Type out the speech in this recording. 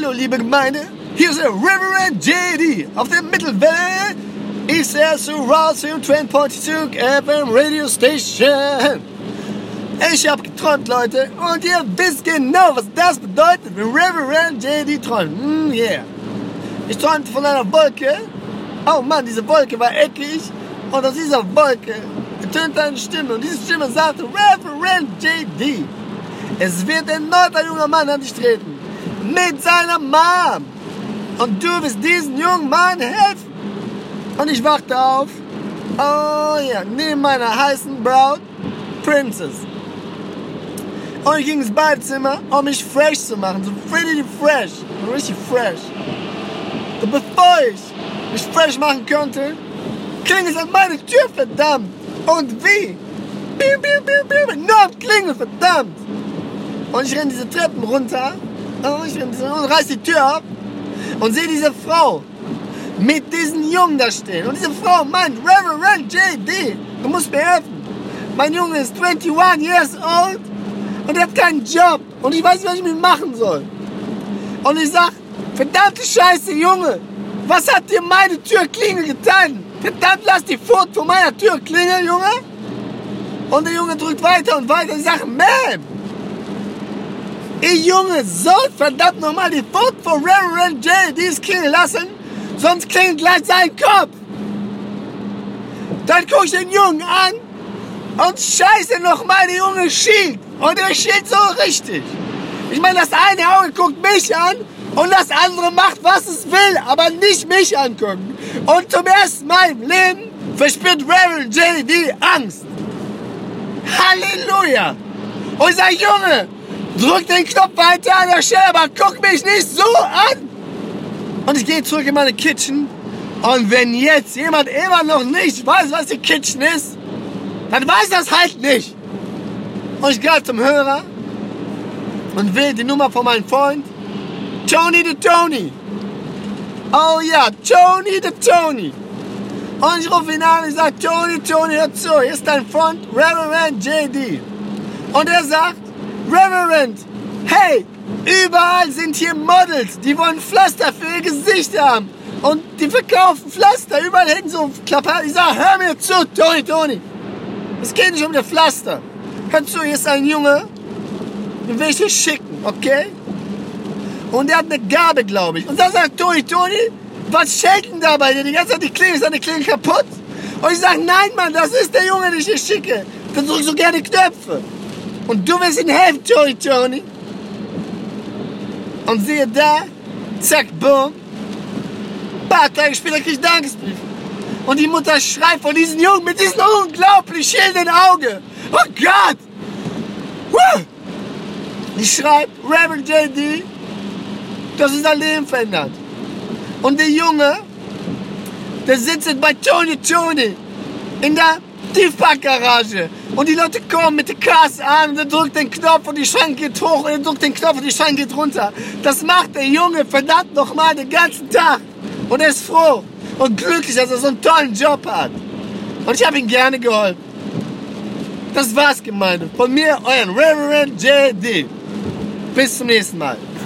Hallo, liebe Gemeinde, hier ist der Reverend JD auf der Mittelwelle. Ist er so raus im 10.2 FM Radio Station. Ich hab geträumt, Leute, und ihr wisst genau, was das bedeutet, wenn Reverend JD träumt. Yeah. Ich träumte von einer Wolke. Oh Mann, diese Wolke war eckig. Und aus dieser Wolke ertönte eine Stimme. Und diese Stimme sagte, Reverend JD, es wird erneut ein junger Mann an dich treten. Mit seiner Mom. Und du wirst diesen jungen Mann helfen. Und ich wachte auf. Oh ja, neben meiner heißen Braut, Princess. Und ich ging ins Badezimmer, um mich fresh zu machen. So really fresh. Richtig fresh. Und bevor ich mich fresh machen konnte, klingelt es an meine Tür, verdammt. Und wie? Biu, biu, biu, biu. Nur am Klingeln, verdammt. Und ich renne diese Treppen runter. Und reiß die Tür ab. Und sehe diese Frau mit diesen Jungen da stehen. Und diese Frau meint, Reverend JD, du musst mir helfen. Mein Junge ist 21 years old und er hat keinen Job. Und ich weiß nicht, was ich mit ihm machen soll. Und ich sag, verdammte Scheiße, Junge, was hat dir meine Türklingel getan? Verdammt, lass die Pfote vor meiner Tür klingeln, Junge. Und der Junge drückt weiter und weiter. Ich sag, Ma'am, ich Junge soll verdammt nochmal die Pfote vor Reverend JD's klingeln lassen, sonst klingelt gleich sein Kopf. Dann guck ich den Jungen an und scheiße nochmal, der Junge schielt. Und er schielt so richtig. Ich meine, das eine Auge guckt mich an und das andere macht, was es will, aber nicht mich angucken. Und zum ersten Mal im Leben verspürt Reverend JD Angst. Halleluja. Und ich sag, Junge, drück den Knopf weiter an der Stelle, aber guck mich nicht so an. Und ich gehe zurück in meine Kitchen. Und wenn jetzt jemand immer noch nicht weiß, was die Kitchen ist, dann weiß das halt nicht. Und ich gehe zum Hörer und wähle die Nummer von meinem Freund. Tony the Tony. Oh ja, Tony the Tony. Und ich rufe ihn an und ich sage, Tony, hör zu, hier ist dein Freund, Reverend JD. Und er sagt, Reverend, hey, überall sind hier Models, die wollen Pflaster für ihr Gesicht haben. Und die verkaufen Pflaster, überall hängen so Klapper. Ich sage, hör mir zu, Tony. Es geht nicht um das Pflaster. Hör zu, hier ist ein Junge, den will ich dir schicken, okay? Und der hat eine Gabe, glaube ich. Und dann sagt Tony, was schellt denn da bei dir? Die ganze Zeit ist deine Klingel kaputt? Und ich sage, nein, Mann, das ist der Junge, den ich dir schicke. Dann drückst du gerne Knöpfe. Und du wirst ihm helfen, Tony. Und siehe da, zack, boom. Ein paar Tage später krieg ich Dankesbrief. Und die Mutter schreit von diesem Jungen mit diesem unglaublich schillenden Auge. Oh Gott! Woo! Die schreibt, Reverend JD, das ist dein Leben verändert. Und der Junge, der sitzt bei Tony in der Tiefparkgarage. Und die Leute kommen mit der Kasse an und er drückt den Knopf und die Schrank geht hoch und er drückt den Knopf und die Schrank geht runter. Das macht der Junge verdammt nochmal den ganzen Tag. Und er ist froh und glücklich, dass er so einen tollen Job hat. Und ich habe ihm gerne geholfen. Das war's, Gemeinde. Von mir, euren Reverend JD. Bis zum nächsten Mal.